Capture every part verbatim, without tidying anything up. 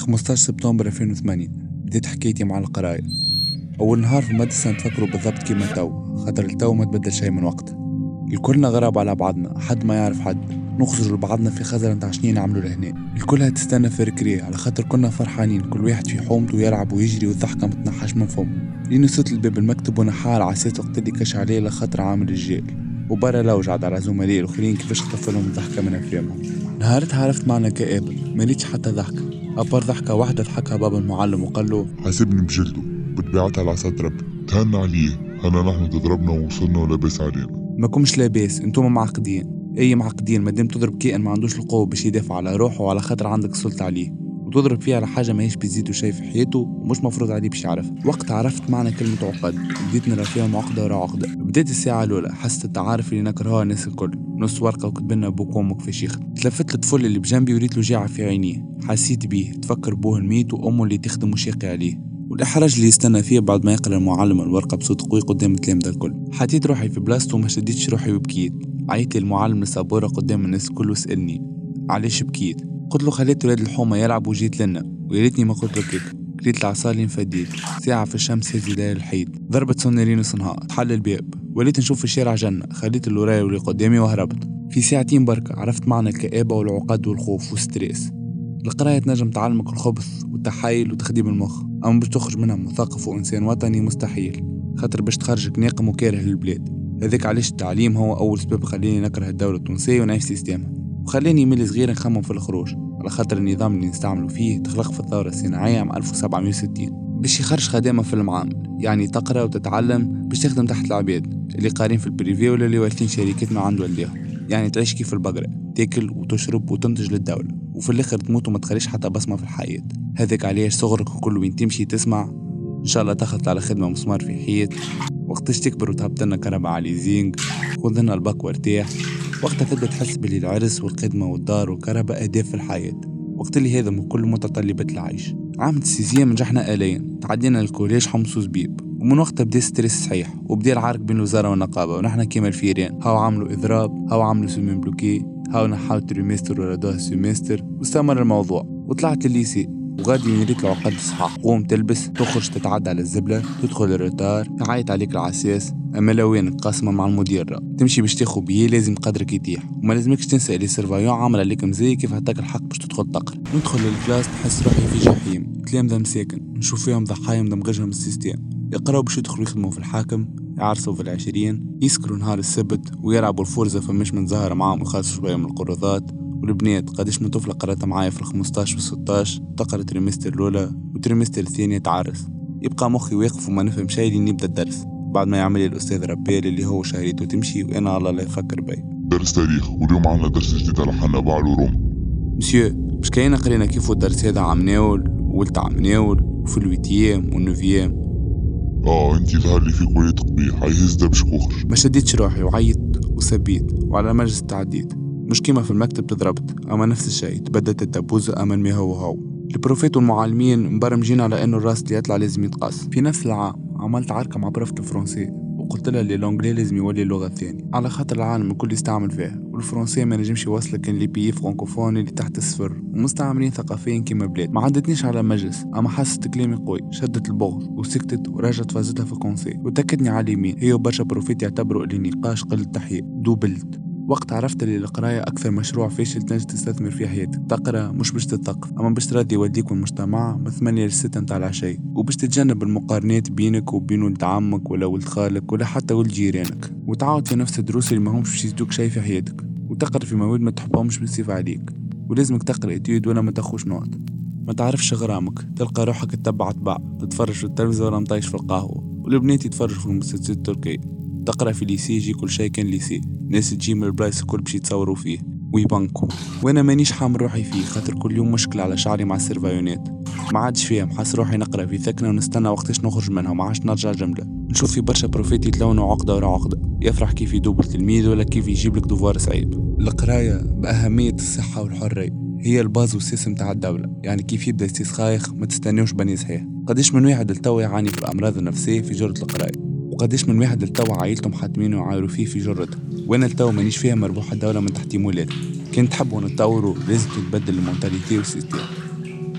خمسة عشر سبتمبر ألفين وثمانية بديت حكايتي مع القراية. أول نهار في المدرسة نتفكروا بالضبط كيما التو، خاطر التو ما تبدل شي من وقت. الكلنا غراب على بعضنا، حد ما يعرف حد، نخرجوا لبعضنا في خزر نتاع شنين نعملوا لهنا. الكلها تستنى في ركريه على خاطر كنا فرحانين، كل واحد في حومته يلعب ويجري والضحكة متنحش من فم. لين وصلت لباب المكتب ونحال عسيت وقت اللي كش عليه لخاطر عامل الجيل، وبرا لوجعد على زملائي الاخرين كيفاش خطفلهم الضحكة من افلامهم. نهارتها عرفت معنى كآبل، ما ريتش حتى ضحكة، أبر ضحكة واحدة ضحكها بابا المعلم وقال له حاسبني بجلده بتبعتها على عصا ربي، تهنى عليه، هنا نحن تضربنا ووصلنا ولاباس علينا. ما كومش لاباس، انتوما معقدين. اي معقدين مادام تضرب كائن ما عندوش القوة باش يدافع على روحه وعلى خاطر عندك سلطة عليه، وتضرب فيه على حاجة ماهيش بيزيدو شي في حياته ومش مفروض عليه باش يعرف. وقت عرفت معنى كلمة عقد، بديت نرى فيهم عقدة ورا عقدة. بديت الساعة الأولى حست التعارف اللي نكرهوها الناس الكل، نص ورقة وكتبنا بوك وامك في شيخ. تلفت للطفل اللي بجنبي وريت له جاعة في عينيه، حسيت بيه، تفكر بوه الميت وأمه اللي تخدم وشيقي عليه، والإحراج اللي يستنى فيه بعد ما يقرأ المعلم الورقة بصوت قوي قدام التلامذة الكل. حطيت روحي في بلاصته وما شديتش روحي وبكيت. عيط لي المعلم السبورة قدام الناس الكل وسألني علاش بكيت. قلت له خليت ولاد الحومة يلعبوا وجيت لنا، وياريتني ما قلت له كيك. كليت العصا اللي نفديت، ساعة في الشمس هزي ليل الحيط، ضربت سونيرين نص نهار، تحل الباب، وليت نشوف في الشارع جنة، خليت اللي ورايا واللي قدامي وهربت. في ساعتين بركة عرفت معنى الكآبة والعقد والخوف والستريس. القراية تنجم تعلمك الخبث والتحايل وتخديم المخ، أما باش تخرج منها مثقف وإنسان وطني مستحيل، خاطر باش تخرجك ناقم وكاره للبلاد. هذاك علاش التعليم هو أول سبب خليني نكره الدولة التونسية ونعيش سيستمها، وخليني ملي صغير نخمم في الخروج، على خاطر النظام اللي نستعملوا فيه تخلق في الثورة الصناعية عام ألف وسبعمية وستين باش يخرج خدامة في المعامل، يعني تقرأ وتتعلم باش تخدم تحت العباد اللي قارين في البريفي ولا اللي والفين شركات ما عنده والديهم، يعني تعيش كيف البقرة، تاكل وتشرب وتنتج للدولة، وفي الآخر تموت وما تخليش حتى بصمة في الحياة. هذاك علاش صغرك وكل وين تمشي تسمع إن شاء الله تاخذ على خدمة مسمار في حيط، وقتاش تكبر وتهبط لنا كهرباء على ليزينغ، خذ لنا الباك وارتاح. وقتها تبدا تحس باللي العرس والخدمة والدار والكهرباء أهداف في الحياة، وقت اللي هذا من كل متطلبات العيش. عام السيزيام نجحنا آليا، تعدينا الكوليج حمص وزبيب، ومن وقتها بدا ستريس صحيح، وبدا العرك بين الوزارة والنقابة، ونحن كيما الفيران، هاو عملوا إضراب، هاو عملوا سومين بلوكي، هاو نحاو تريمستر وردوها سيمستر، واستمر الموضوع. وطلعت الليسي وغادي يريت العقد صحاح، قوم تلبس، تخرج تتعدى على الزبلة، تدخل الروتار، تعيط عليك العساس، اما لوين قاسمة مع المدير، تمشي باش تاخو بيه لازم قدرك يتيح، وما لازمكش تنسى اللي سيرفايون عامل عليك مزي كيف هتاك الحق باش تدخل تقرا. ندخل للكلاس نحس روحي في جحيم، تلامذة مساكن نشوف فيهم ضحايا مدمغجهم السيستم، يقراو باش يدخلوا يخدموا في الحاكم، يعرسوا في العشرين، يسكروا نهار السبت ويلعبوا الفورزة فمش من زهرة معاهم ويخلصوا شوية من القروضات. والبنات قديش من طفلة قرأت معايا في الخمستاش والستاش تقرأ تريمستر الأولى وتريمستر الثانية تعرس، يبقى مخي واقف وما نفهم شيء لين يبدأ الدرس، بعد ما يعمل لي الأستاذ ربيل اللي هو شهريته تمشي وأنا على الله يفكر بي. درس تاريخ، واليوم عنا درس جديد على حنا بعل وروم. مسيو مش كاينة قرينا كيف الدرس هذا عم ناول وولت عم ناول وفي الويتيام والنوفيام. اه انتي ظهر لي فيك وليت قبيح، هيهز ده باش كوخر. ما شديتش روحي وعيت وسبيت وعلى مجلس تعديت، مش كيما في المكتب تضربت، اما نفس الشيء تبدت الدبوزة اما ما هو هو. البروفيت والمعلمين مبرمجين على انه الراس اللي يطلع لازم يتقاس. في نفس العام عملت عركة مع بروفة الفرنسي وقلت لها اللي لونجلي لازم يولي اللغة الثانية، على خاطر العالم الكل يستعمل فيها، والفرنسية ما نجمش يوصلك كان لي بيي فرانكوفون اللي تحت الصفر ومستعملين ثقافيا كيما بلاد. ما عدتنيش على مجلس، اما حست كلامي قوي، شدت البغض وسكتت ورجعت فازتها في الكونسي وتأكدني على اليمين. هي وبرشا بروفيت يعتبروا اللي نقاش قلة تحية دوبلت. وقت عرفت اللي القراية أكثر مشروع فاشل تنجم تستثمر في حياتك. تقرأ مش باش تتثقف، أما باش ترضي والديك والمجتمع من ثمانية لستة متاع العشية، وباش تتجنب المقارنات بينك وبين ولد عمك ولا ولد خالك ولا حتى ولد جيرانك، وتعاود في نفس الدروس اللي ما همش باش يزيدوك شيء في حياتك، وتقرأ في مواد ما تحبهمش بالصفة عليك، ولازمك تقرأ اتيود ولا ما تاخوش نوت. ما تعرفش غرامك، تلقى روحك تتبع تبع، تتفرج في التلفزة ولا مطايش في القهوة، والبنات يتفرجوا في المسلسلات التركية. تقرأ في ليسي يجي كل شيء كان ليسي، ناس تجي من البلايص الكل باش يتصوروا فيه ويبنكوا، وانا مانيش حامل روحي فيه خاطر كل يوم مشكلة على شعري مع السيرفايونات. ما عادش فيها، محس روحي نقرأ في ثكنة ونستنى وقتاش نخرج منها وما عادش نرجع جملة. نشوف في برشا بروفيت يتلونوا عقدة ورا عقدة، يفرح كيف يدوب التلميذ ولا كيف يجيب لك دوفوار صعيب. القراية بأهمية الصحة والحرية هي الباز والسيس متاع الدولة، يعني كيف يبدأ يستيس خايخ ما تستنيوش بني صحيح. قديش من واحد التو يعاني في الأمراض النفسية في جرة القراية، وقديش من واحد التو عائلتهم حاتمين وعايروا فيه في جرته، وانا التو مانيش فيها مربوحة الدولة من تحت مولاتي. كنت تحبوا نتطوروا لازم تتبدل المونتاليتي والسيستم.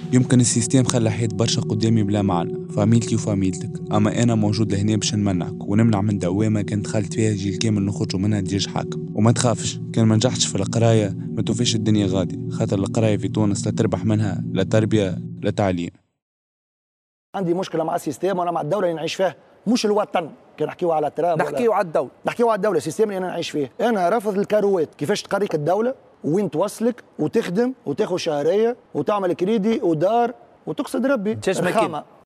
يمكن السيستم خلى حياة برشا قدامي بلا معنى، فاميلتي وفاميلتك، أما أنا موجود لهنا باش نمنعك ونمنع من دوامة كانت خالت فيها جيل كامل نخرجوا منها دياج حاكم. وما تخافش، كان ما نجحتش في القراية ما توفيش الدنيا غادي، خاطر القراية في تونس لا تربح منها لا تربية لا تعليم. عندي مشكلة مع السيستم وأنا مع الدولة اللي نعيش فيها، مش الوطن. كان نحكيو على تراب، نحكيو على الدولة، نحكيو على الدولة، السيستم اللي أنا نعيش فيه. أنا رافض الكاروات، كيفاش تقريك الدولة وين توصلك وتخدم وتاخذ شهرية وتعمل كريدي ودار وتقصد ربي رخامة.